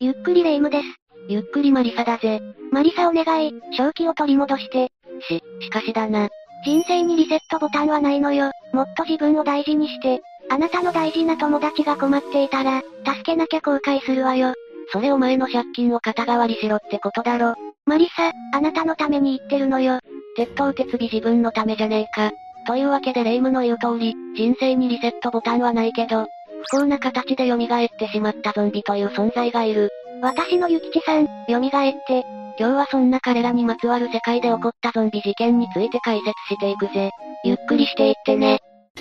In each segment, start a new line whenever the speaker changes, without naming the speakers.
ゆっくりレ夢ムです。
ゆっくりマリサだぜ。
マリサお願い、正気を取り戻して。
しかしだな。
人生にリセットボタンはないのよ。もっと自分を大事にして。あなたの大事な友達が困っていたら、助けなきゃ後悔するわよ。
それお前の借金を肩代わりしろってことだろ。
マリサ、あなたのために言ってるのよ。
鉄頭鉄尾自分のためじゃねえか。というわけでレ夢ムの言う通り、人生にリセットボタンはないけど、不幸な形で蘇ってしまったゾンビという存在がいる。
私のゆきちさん、蘇って。
今日はそんな彼らにまつわる世界で起こったゾンビ事件について解説していくぜ。
ゆっくりしていってね。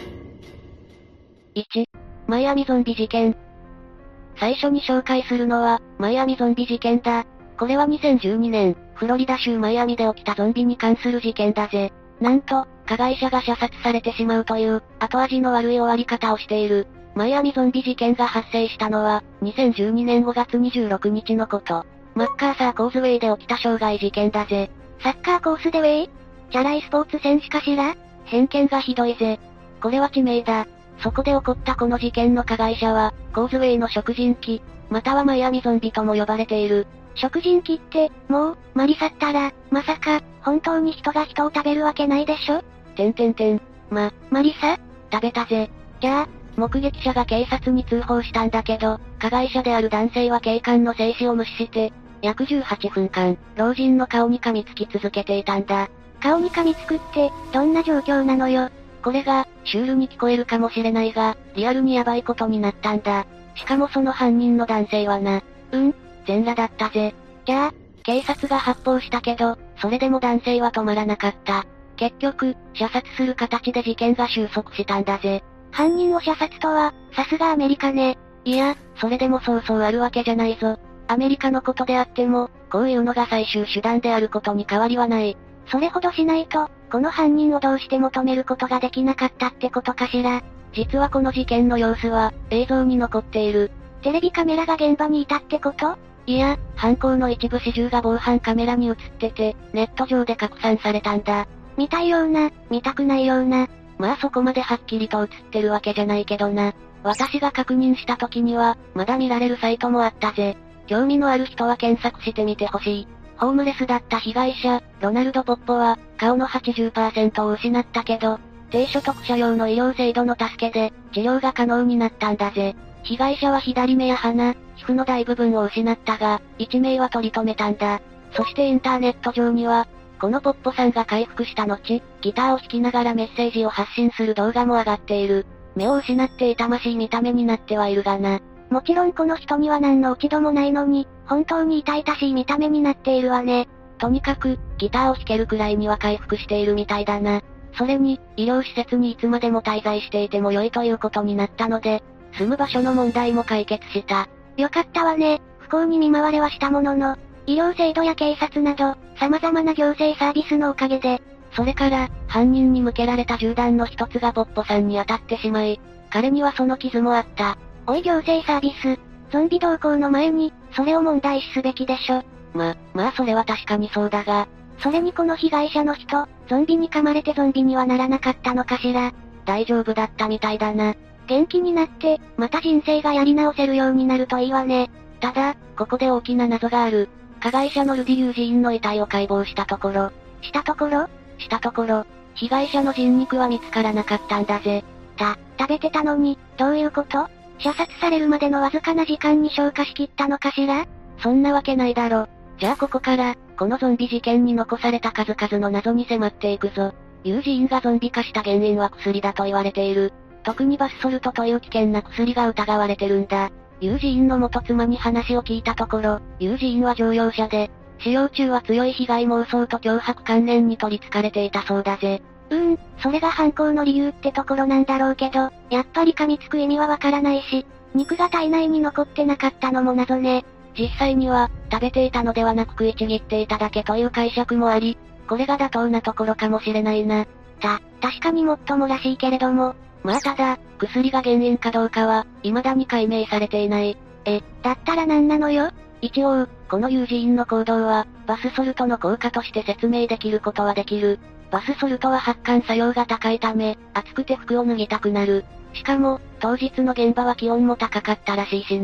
1、マイアミゾンビ事件。最初に紹介するのは、マイアミゾンビ事件だ。これは2012年、フロリダ州マイアミで起きたゾンビに関する事件だぜ。なんと、加害者が射殺されてしまうという、後味の悪い終わり方をしている。マイアミゾンビ事件が発生したのは、2012年5月26日のこと。マッカーサーコーズウェイで起きた傷害事件だぜ。
サッカーコースでウェイ？チャラいスポーツ選手かしら？
偏見がひどいぜ。これは地名だ。そこで起こったこの事件の加害者は、コーズウェイの食人鬼、またはマイアミゾンビとも呼ばれている。
食人鬼って、もう、マリサったら、まさか、本当に人が人を食べるわけないでしょ？
マリサ？食べたぜ。じゃあ、目撃者が警察に通報したんだけど、加害者である男性は警官の制止を無視して、約18分間、老人の顔に噛みつき続けていたんだ。
顔に噛みつくって、どんな状況なのよ。
これが、シュールに聞こえるかもしれないが、リアルにヤバいことになったんだ。しかもその犯人の男性はな。全裸だったぜ。じゃあ、警察が発砲したけど、それでも男性は止まらなかった。結局、射殺する形で事件が収束したんだぜ。
犯人を射殺とは、さすがアメリカね。
いや、それでもそうそうあるわけじゃないぞ。アメリカのことであっても、こういうのが最終手段であることに変わりはない。
それほどしないと、この犯人をどうしても止めることができなかったってことかしら。
実はこの事件の様子は、映像に残っている。
テレビカメラが現場にいたってこと？
いや、犯行の一部始終が防犯カメラに映ってて、ネット上で拡散されたんだ。
見たいような、見たくないような。
まあそこまではっきりと映ってるわけじゃないけどな。私が確認した時には、まだ見られるサイトもあったぜ。興味のある人は検索してみてほしい。ホームレスだった被害者、ロナルド・ポッポは、顔の 80% を失ったけど、低所得者用の医療制度の助けで、治療が可能になったんだぜ。被害者は左目や鼻、皮膚の大部分を失ったが、一命は取り留めたんだ。そしてインターネット上には、このポッポさんが回復した後、ギターを弾きながらメッセージを発信する動画も上がっている。目を失って痛ましい見た目になってはいるがな。
もちろんこの人には何の落ち度もないのに、本当に痛々しい見た目になっているわね。
とにかく、ギターを弾けるくらいには回復しているみたいだな。それに、医療施設にいつまでも滞在していても良いということになったので、住む場所の問題も解決した。
よかったわね。不幸に見舞われはしたものの、医療制度や警察など、様々な行政サービスのおかげで、
それから、犯人に向けられた銃弾の一つがポッポさんに当たってしまい、彼にはその傷もあった。
おい行政サービス、ゾンビ同行の前に、それを問題視すべきでしょ。
まあそれは確かにそうだが、
それにこの被害者の人、ゾンビに噛まれてゾンビにはならなかったのかしら。
大丈夫だったみたいだな。
元気になって、また人生がやり直せるようになるといいわね。
ただ、ここで大きな謎がある。加害者のルディ・ユージーンの遺体を解剖したところ、被害者の人肉は見つからなかったんだぜ。
食べてたのに、どういうこと？射殺されるまでのわずかな時間に消化しきったのかしら？
そんなわけないだろ。じゃあここから、このゾンビ事件に残された数々の謎に迫っていくぞ。ユージーンがゾンビ化した原因は薬だと言われている。特にバスソルトという危険な薬が疑われてるんだ。ユージーンの元妻に話を聞いたところ、ユージーンは乗用車で、使用中は強い被害妄想と脅迫観念に取り憑かれていたそうだぜ。
それが犯行の理由ってところなんだろうけど、やっぱり噛みつく意味はわからないし、肉が体内に残ってなかったのも謎ね。
実際には、食べていたのではなく食いちぎっていただけという解釈もあり、これが妥当なところかもしれないな。
確かにもっともらしいけれども、
まあただ、薬が原因かどうかは、未だに解明されていない。
だったら何なのよ？
一応、このユージーンの行動は、バスソルトの効果として説明できることはできる。バスソルトは発汗作用が高いため、暑くて服を脱ぎたくなる。しかも、当日の現場は気温も高かったらしいしな。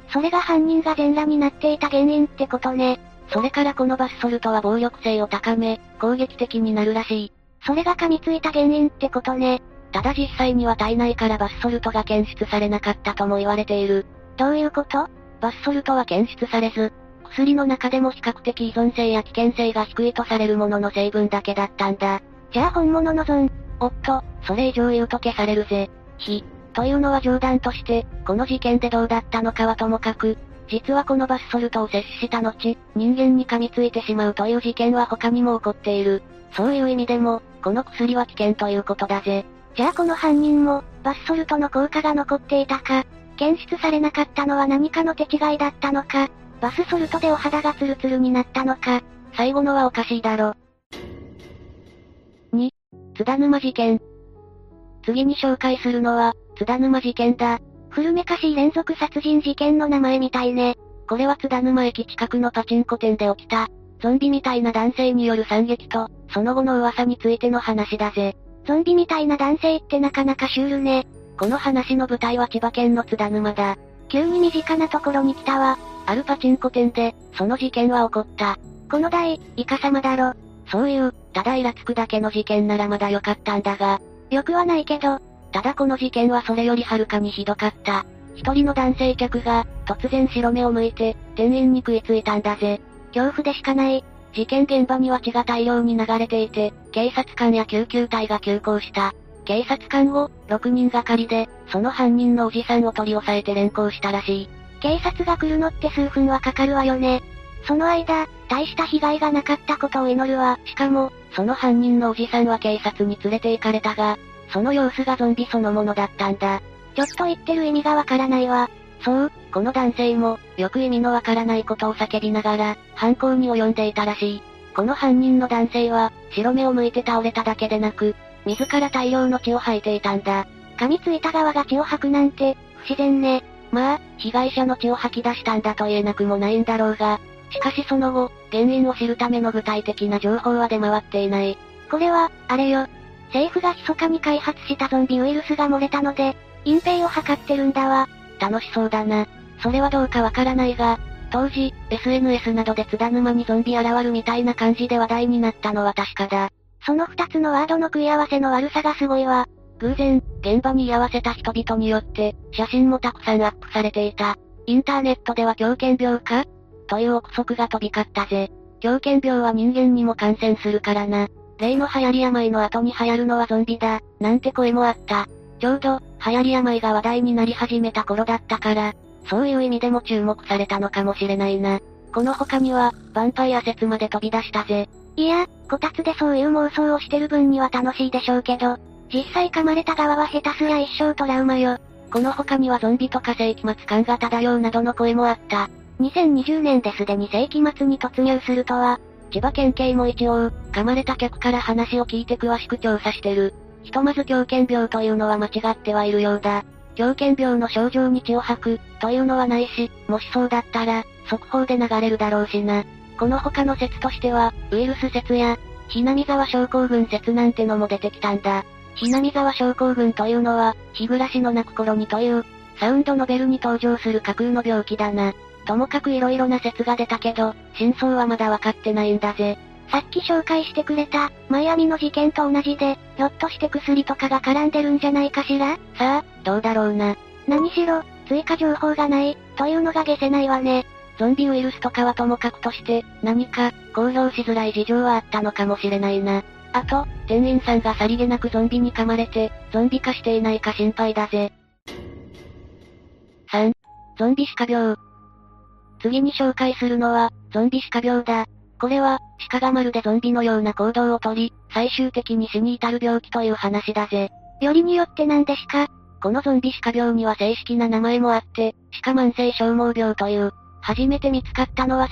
それが犯人が全裸になっていた原因ってことね。
それからこのバスソルトは暴力性を高め、攻撃的になるらしい。
それが噛みついた原因ってことね。
ただ実際には体内からバスソルトが検出されなかったとも言われている。
どういうこと？
バスソルトは検出されず、薬の中でも比較的依存性や危険性が低いとされるものの成分だけだったんだ。
じゃあ本物のゾン。
おっと、それ以上言うと消されるぜ。というのは冗談として、この事件でどうだったのかはともかく、実はこのバスソルトを摂取した後、人間に噛みついてしまうという事件は他にも起こっている。そういう意味でも、この薬は危険ということだぜ。
じゃあこの犯人も、バスソルトの効果が残っていたか、検出されなかったのは何かの手違いだったのか、バスソルトでお肌がツルツルになったのか。
最後のはおかしいだろ。2、津田沼事件。次に紹介するのは、津田沼事件だ。
古めかしい連続殺人事件の名前みたいね。
これは津田沼駅近くのパチンコ店で起きた、ゾンビみたいな男性による惨劇と、その後の噂についての話だぜ。
ゾンビみたいな男性ってなかなかシュールね。
この話の舞台は千葉県の津田沼だ。
急に身近なところに来たわ。
あるパチンコ店で、その事件は起こった。
このイカ様だろ。
そういう、ただイラつくだけの事件ならまだ良かったんだが。
よくはないけど。
ただこの事件はそれよりはるかにひどかった。一人の男性客が、突然白目を向いて、店員に食いついたんだぜ。
恐怖でしかない。
事件現場には血が大量に流れていて、警察官や救急隊が急行した。警察官を、6人がかりで、その犯人のおじさんを取り押さえて連行したらしい。
警察が来るのって数分はかかるわよね。その間、大した被害がなかったことを祈るわ。
しかも、その犯人のおじさんは警察に連れて行かれたが、その様子がゾンビそのものだったんだ。
ちょっと言ってる意味がわからないわ。
そう、この男性も、よく意味のわからないことを叫びながら、犯行に及んでいたらしい。この犯人の男性は、白目を向いて倒れただけでなく、自ら大量の血を吐いていたんだ。
噛みついた側が血を吐くなんて、不自然ね。
まあ、被害者の血を吐き出したんだと言えなくもないんだろうが、しかしその後、原因を知るための具体的な情報は出回っていない。
これは、あれよ。政府が密かに開発したゾンビウイルスが漏れたので、隠蔽を図ってるんだわ。
楽しそうだな。それはどうかわからないが、当時、SNS などで津田沼にゾンビ現るみたいな感じで話題になったのは確かだ。
その二つのワードの食い合わせの悪さがすごいわ。
偶然、現場に居合わせた人々によって、写真もたくさんアップされていた。インターネットでは狂犬病かという憶測が飛び交ったぜ。狂犬病は人間にも感染するからな。例の流行り病の後に流行るのはゾンビだ、なんて声もあった。ちょうど、流行り病が話題になり始めた頃だったから、そういう意味でも注目されたのかもしれないな。この他には、ヴァンパイア説まで飛び出したぜ。
いや、こたつでそういう妄想をしてる分には楽しいでしょうけど、実際噛まれた側は下手すりゃ一生トラウマよ。
この他にはゾンビとか世紀末感が漂うなどの声もあった。
2020年ですでに世紀末に突入するとは、
千葉県警も一応、噛まれた客から話を聞いて詳しく調査してる。ひとまず狂犬病というのは間違ってはいるようだ。狂犬病の症状に血を吐く、というのはないし、もしそうだったら、速報で流れるだろうしな。この他の説としては、ウイルス説や、ひなみ沢症候群説なんてのも出てきたんだ。ひなみ沢症候群というのは、日暮らしの泣く頃にという、サウンドノベルに登場する架空の病気だな。ともかく色々な説が出たけど、真相はまだわかってないんだぜ。
さっき紹介してくれた、マイアミの事件と同じで、ひょっとして薬とかが絡んでるんじゃないかしら？
さあ、どうだろうな。
何しろ、追加情報がない、というのが解せないわね。
ゾンビウイルスとかはともかくとして、何か、公表しづらい事情はあったのかもしれないな。あと、店員さんがさりげなくゾンビに噛まれて、ゾンビ化していないか心配だぜ。3、ゾンビ歯科病。次に紹介するのは、ゾンビ歯科病だ。これは、歯科がまるでゾンビのような行動をとり、最終的に死に至る病気という話だぜ。
よりによって何ですか？
このゾンビ歯科病には正式な名前もあって、歯科慢性消耗病という、初めて見つかったのは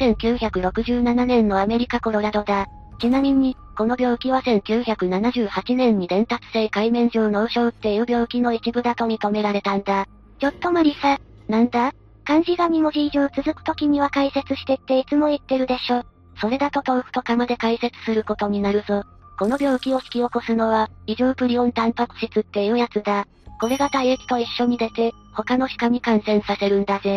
1967年のアメリカコロラドだ。ちなみに、この病気は1978年に伝達性海綿状脳症っていう病気の一部だと認められたんだ。
ちょっとマリサ。
なんだ？
漢字が2文字以上続く時には解説してっていつも言ってるでしょ。
それだと豆腐とかまで解説することになるぞ。この病気を引き起こすのは、異常プリオンタンパク質っていうやつだ。これが体液と一緒に出て、他の歯科に感染させるんだぜ。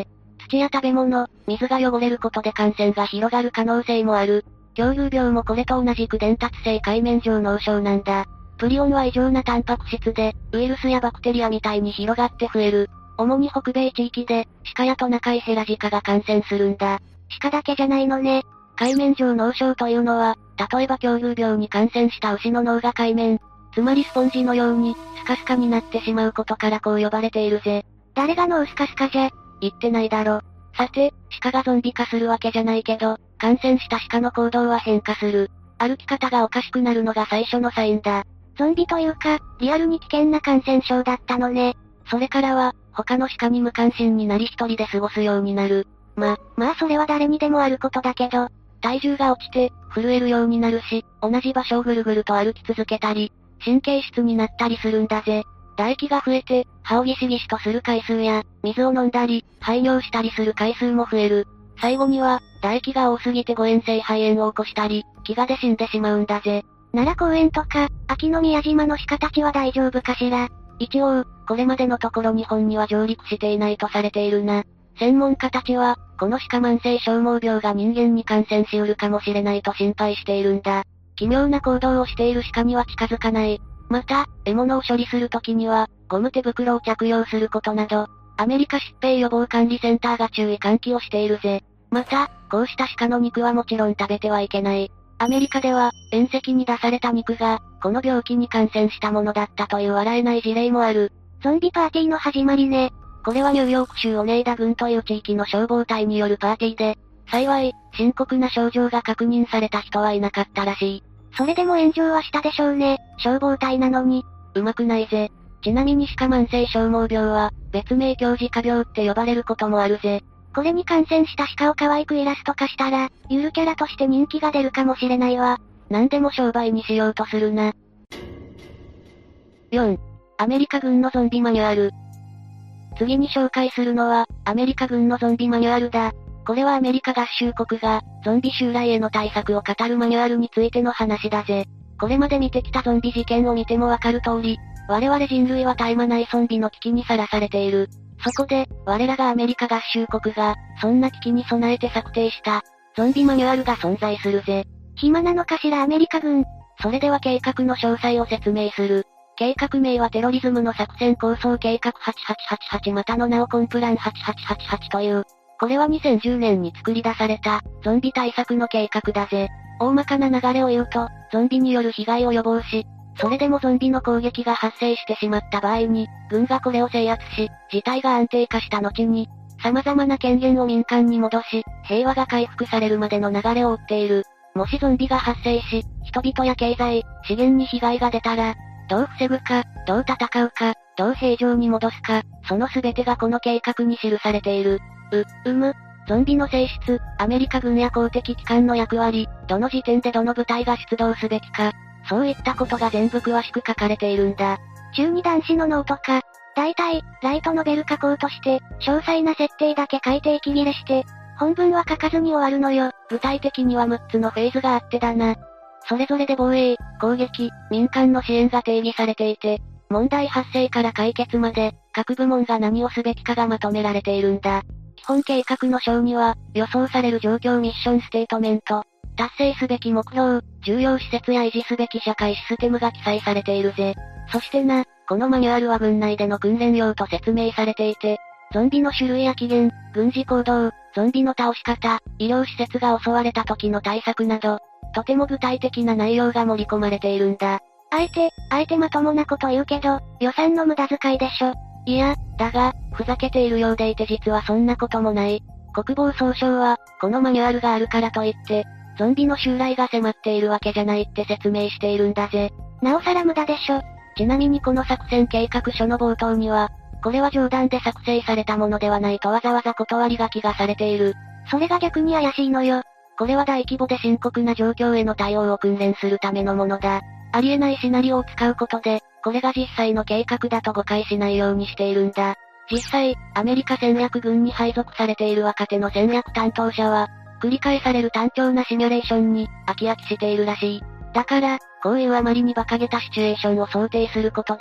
土や食べ物、水が汚れることで感染が広がる可能性もある。狂牛病もこれと同じく伝達性界面上脳症なんだ。プリオンは異常なタンパク質で、ウイルスやバクテリアみたいに広がって増える。主に北米地域で、鹿やトナカイヘラジカが感染するんだ。
鹿だけじゃないのね。
界面上脳症というのは、例えば狂牛病に感染した牛の脳が界面、つまりスポンジのように、スカスカになってしまうことからこう呼ばれているぜ。
誰が脳スカスカじゃ。
言ってないだろ。さて、鹿がゾンビ化するわけじゃないけど、感染した鹿の行動は変化する。歩き方がおかしくなるのが最初のサインだ。
ゾンビというか、リアルに危険な感染症だったのね。
それからは、他の鹿に無関心になり一人で過ごすようになる。
まあそれは誰にでもあることだけど、
体重が落ちて、震えるようになるし、同じ場所をぐるぐると歩き続けたり、神経質になったりするんだぜ。唾液が増えて、歯をギシギシとする回数や、水を飲んだり、排尿したりする回数も増える。最後には、唾液が多すぎて誤嚥性肺炎を起こしたり、気が出死んでしまうんだぜ。
奈良公園とか、秋の宮島の鹿たちは大丈夫かしら。
一応、これまでのところ日本には上陸していないとされているな。専門家たちは、この鹿慢性消耗病が人間に感染しうるかもしれないと心配しているんだ。奇妙な行動をしている鹿には近づかない。また、獲物を処理するときには、ゴム手袋を着用することなど、アメリカ疾病予防管理センターが注意喚起をしているぜ。また、こうした鹿の肉はもちろん食べてはいけない。アメリカでは、宴席に出された肉が、この病気に感染したものだったという笑えない事例もある。
ゾンビパーティーの始まりね。
これはニューヨーク州オネイダ郡という地域の消防隊によるパーティーで、幸い、深刻な症状が確認された人はいなかったらしい。
それでも炎上はしたでしょうね、消防隊なのに。
うまくないぜ。ちなみに鹿慢性消耗病は、別名狂児化病って呼ばれることもあるぜ。
これに感染した鹿を可愛くイラスト化したら、ゆるキャラとして人気が出るかもしれないわ。
何でも商売にしようとするな。4. アメリカ軍のゾンビマニュアル。次に紹介するのは、アメリカ軍のゾンビマニュアルだ。これはアメリカ合衆国が、ゾンビ襲来への対策を語るマニュアルについての話だぜ。これまで見てきたゾンビ事件を見てもわかる通り、我々人類は絶え間ないゾンビの危機にさらされている。そこで、我らがアメリカ合衆国が、そんな危機に備えて策定した、ゾンビマニュアルが存在するぜ。
暇なのかしらアメリカ軍。
それでは計画の詳細を説明する。計画名はテロリズムの作戦構想計画8888またの名をコンプラン8888という。これは2010年に作り出された、ゾンビ対策の計画だぜ。大まかな流れを言うと、ゾンビによる被害を予防し、それでもゾンビの攻撃が発生してしまった場合に、軍がこれを制圧し、事態が安定化した後に、様々な権限を民間に戻し、平和が回復されるまでの流れを追っている。もしゾンビが発生し、人々や経済、資源に被害が出たら、どう防ぐか、どう戦うか、どう平常に戻すか、その全てがこの計画に記されている。ゾンビの性質、アメリカ軍や公的機関の役割、どの時点でどの部隊が出動すべきか、そういったことが全部詳しく書かれているんだ。
中二男子のノートか。大体、ライトノベル書こうとして、詳細な設定だけ書いて息切れして、本文は書かずに終わるのよ。
具体的には6つのフェーズがあってだな。それぞれで防衛、攻撃、民間の支援が定義されていて、問題発生から解決まで、各部門が何をすべきかがまとめられているんだ。基本計画の章には、予想される状況ミッションステートメント、達成すべき目標、重要施設や維持すべき社会システムが記載されているぜ。そしてな、このマニュアルは軍内での訓練用と説明されていて、ゾンビの種類や起源、軍事行動、ゾンビの倒し方、医療施設が襲われた時の対策など、とても具体的な内容が盛り込まれているんだ。
あえてまともなこと言うけど、予算の無駄遣いでしょ。
いや、だが、ふざけているようでいて実はそんなこともない。国防総省は、このマニュアルがあるからといって、ゾンビの襲来が迫っているわけじゃないって説明しているんだぜ。
なおさら無駄でしょ。
ちなみにこの作戦計画書の冒頭には、これは冗談で作成されたものではないとわざわざ断り書きがされている。
それが逆に怪しいのよ。
これは大規模で深刻な状況への対応を訓練するためのものだ。ありえないシナリオを使うことで、これが実際の計画だと誤解しないようにしているんだ。実際、アメリカ戦略軍に配属されている若手の戦略担当者は、繰り返される単調なシミュレーションに飽きしているらしい。だから、こういうあまりに馬鹿げたシチュエーションを想定することで、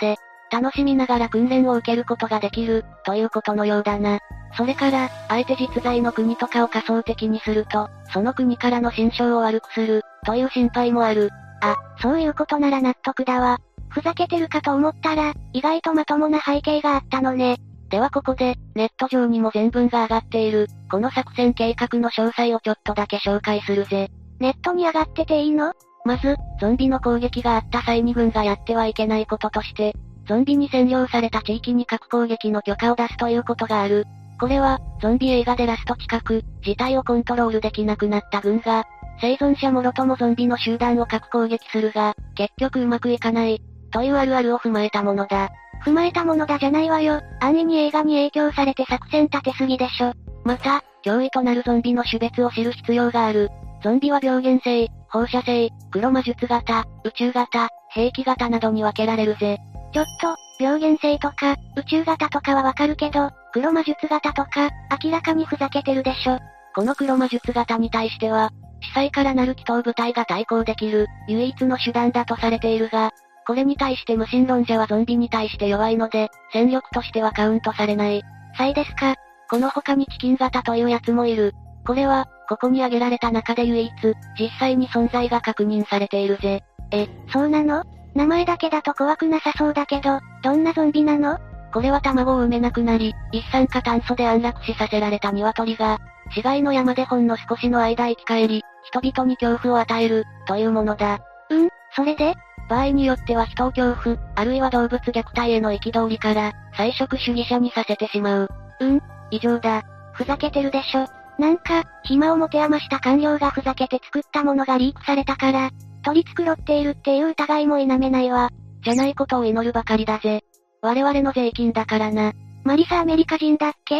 楽しみながら訓練を受けることができる、ということのようだな。それから、あえて実在の国とかを仮想的にすると、その国からの心象を悪くする、という心配もある。
あ、そういうことなら納得だわ。ふざけてるかと思ったら、意外とまともな背景があったのね。
ではここで、ネット上にも全文が上がっている、この作戦計画の詳細をちょっとだけ紹介するぜ。
ネットに上がってていいの？
まず、ゾンビの攻撃があった際に軍がやってはいけないこととして、ゾンビに占領された地域に核攻撃の許可を出すということがある。これは、ゾンビ映画でラスト近く、事態をコントロールできなくなった軍が、生存者もろともゾンビの集団を核攻撃するが、結局うまくいかない、というあるあるを踏まえたものだ。
踏まえたものだじゃないわよ。安易に映画に影響されて作戦立てすぎでしょ。
また、脅威となるゾンビの種別を知る必要がある。ゾンビは病原性、放射性、黒魔術型、宇宙型、兵器型などに分けられるぜ。
ちょっと、病原性とか、宇宙型とかはわかるけど、黒魔術型とか、明らかにふざけてるでしょ。
この黒魔術型に対しては、司祭からなる機動部隊が対抗できる、唯一の手段だとされているが、これに対して無神論者はゾンビに対して弱いので、戦力としてはカウントされない。
才ですか。
この他にチキン型というやつもいる。これは、ここに挙げられた中で唯一、実際に存在が確認されているぜ。
そうなの？名前だけだと怖くなさそうだけど、どんなゾンビなの？
これは卵を産めなくなり、一酸化炭素で安楽死させられた鶏が、市街の山でほんの少しの間生き返り、人々に恐怖を与える、というものだ。
それで？
場合によっては人を恐怖、あるいは動物虐待への憤りから、菜食主義者にさせてしまう。以上だ。
ふざけてるでしょ。なんか、暇を持て余した官僚がふざけて作ったものがリークされたから、取り繕っているっていう疑いも否めないわ。
じゃないことを祈るばかりだぜ。我々の税金だからな。
マリサアメリカ人だっけ？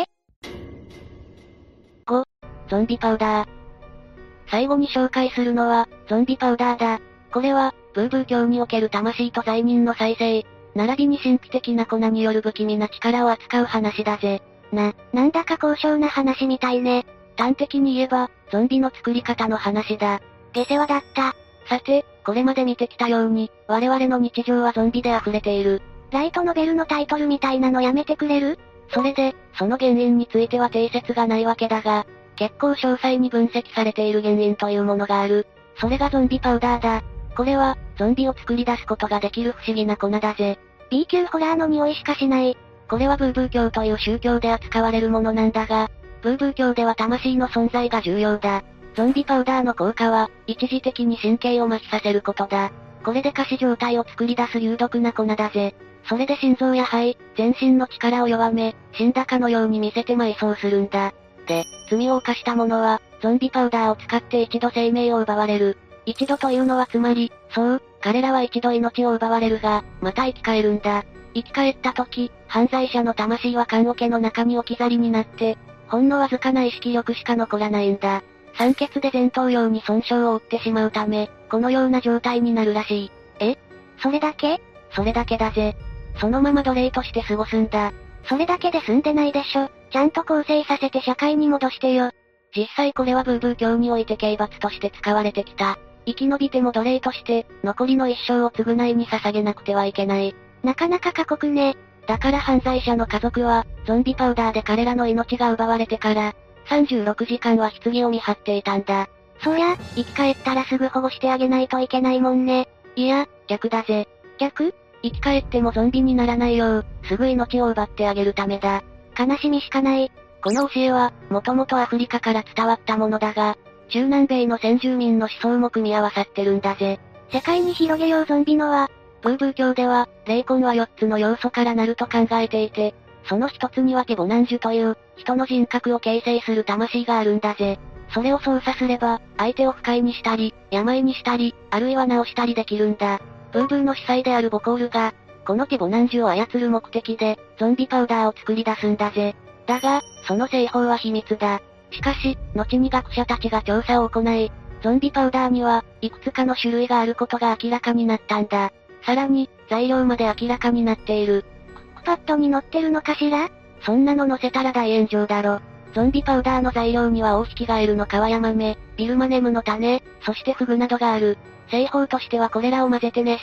5. ゾンビパウダー。最後に紹介するのは、ゾンビパウダーだ。これは、ブーブー教における魂と罪人の再生、並びに神秘的な粉による不気味な力を扱う話だぜ。
なんだか高尚な話みたいね。
端的に言えば、ゾンビの作り方の話だ。
下世話だった。
さて、これまで見てきたように、我々の日常はゾンビで溢れている。
ライトノベルのタイトルみたいなのやめてくれる？
それで、その原因については定説がないわけだが、結構詳細に分析されている原因というものがある。それがゾンビパウダーだ。これは、ゾンビを作り出すことができる不思議な粉だぜ。
B 級ホラーの匂いしかしない。
これはブーブー教という宗教で扱われるものなんだが、ブーブー教では魂の存在が重要だ。ゾンビパウダーの効果は、一時的に神経を麻痺させることだ。これで仮死状態を作り出す有毒な粉だぜ。それで心臓や肺、全身の力を弱め、死んだかのように見せて埋葬するんだ。で、罪を犯した者は、ゾンビパウダーを使って一度生命を奪われる。一度というのはつまり、そう、彼らは一度命を奪われるが、また生き返るんだ。生き返った時、犯罪者の魂は棺桶の中に置き去りになって、ほんのわずかな意識力しか残らないんだ。酸欠で前頭葉に損傷を負ってしまうため、このような状態になるらしい。
それだけ？
それだけだぜ。そのまま奴隷として過ごすんだ。
それだけで済んでないでしょ。ちゃんと更生させて社会に戻してよ。
実際これはブーブー教において刑罰として使われてきた。生き延びても奴隷として、残りの一生を償いに捧げなくてはいけない。
なかなか過酷ね。
だから犯罪者の家族は、ゾンビパウダーで彼らの命が奪われてから、36時間は棺を見張っていたんだ。
そりゃ、生き返ったらすぐ保護してあげないといけないもんね。
いや、逆だぜ。
逆？
生き返ってもゾンビにならないよう、すぐ命を奪ってあげるためだ。
悲しみしかない。
この教えは、もともとアフリカから伝わったものだが、中南米の先住民の思想も組み合わさってるんだぜ。
世界に広げようゾンビの輪。
ブーブー教では、霊魂は4つの要素からなると考えていて、その一つにはティボナンジュという、人の人格を形成する魂があるんだぜ。それを操作すれば、相手を不快にしたり、病にしたり、あるいは治したりできるんだ。ブーブーの司祭であるボコールが、このティボナンジュを操る目的で、ゾンビパウダーを作り出すんだぜ。だが、その製法は秘密だ。しかし、後に学者たちが調査を行い、ゾンビパウダーには、いくつかの種類があることが明らかになったんだ。さらに、材料まで明らかになっている。
クックパッドに載ってるのかしら？
そんなの載せたら大炎上だろ。ゾンビパウダーの材料にはオオヒキガエルの皮や豆、ビルマネムの種、そしてフグなどがある。製法としてはこれらを混ぜて熱し、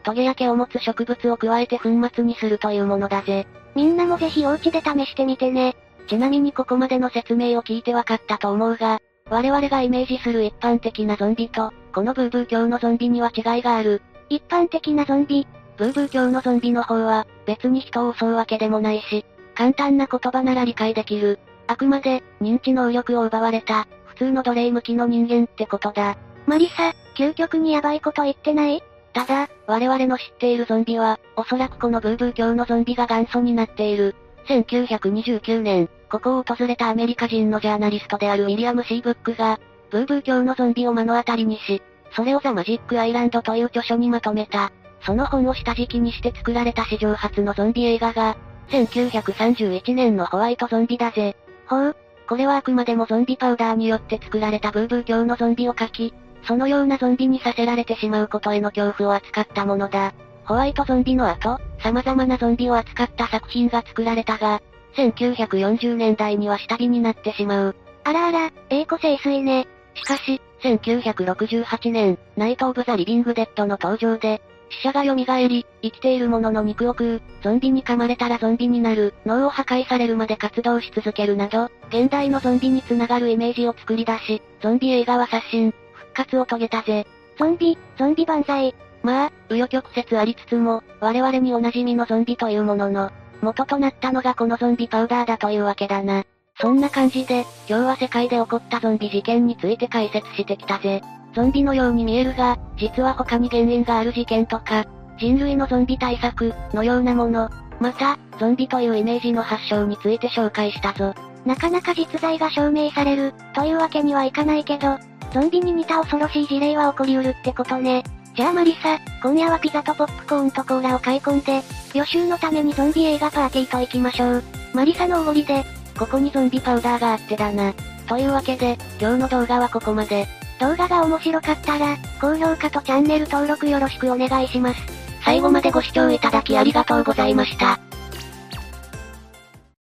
トゲや毛を持つ植物を加えて粉末にするというものだぜ。
みんなもぜひお家で試してみてね。
ちなみにここまでの説明を聞いてわかったと思うが、我々がイメージする一般的なゾンビと、このブーブー教のゾンビには違いがある。
一般的なゾンビ。
ブーブー教のゾンビの方は、別に人を襲うわけでもないし、簡単な言葉なら理解できる。あくまで、認知能力を奪われた、普通の奴隷向きの人間ってことだ。
マリサ、究極にヤバいこと言ってない？
ただ、我々の知っているゾンビは、おそらくこのブーブー教のゾンビが元祖になっている。1929年、ここを訪れたアメリカ人のジャーナリストであるウィリアム・シー・ブックが、ブーブー教のゾンビを目の当たりにし、それをザ・マジック・アイランドという著書にまとめた。その本を下敷きにして作られた史上初のゾンビ映画が、1931年のホワイトゾンビだぜ。
ほう。
これはあくまでもゾンビパウダーによって作られたブーブー教のゾンビを描き、そのようなゾンビにさせられてしまうことへの恐怖を扱ったものだ。ホワイトゾンビの後、様々なゾンビを扱った作品が作られたが、1940年代には下火になってしまう。
あらあら、栄枯盛衰ね。
しかし、1968年、ナイト・オブ・ザ・リビング・デッドの登場で、死者が蘇り、生きている者の肉を食う、ゾンビに噛まれたらゾンビになる、脳を破壊されるまで活動し続けるなど、現代のゾンビにつながるイメージを作り出し、ゾンビ映画は刷新、復活を遂げたぜ。
ゾンビ万歳。
まあ、紆余曲折ありつつも、我々にお馴染みのゾンビというものの、元となったのがこのゾンビパウダーだというわけだな。そんな感じで、今日は世界で起こったゾンビ事件について解説してきたぜ。ゾンビのように見えるが、実は他に原因がある事件とか、人類のゾンビ対策のようなもの、また、ゾンビというイメージの発祥について紹介したぞ。
なかなか実在が証明される、というわけにはいかないけど、ゾンビに似た恐ろしい事例は起こりうるってことね。じゃあマリサ、今夜はピザとポップコーンとコーラを買い込んで、予習のためにゾンビ映画パーティーと行きましょう。マリサのおごりで、
ここにゾンビパウダーがあってだな。というわけで、今日の動画はここまで。
動画が面白かったら、高評価とチャンネル登録よろしくお願いします。
最後までご視聴いただきありがとうございました。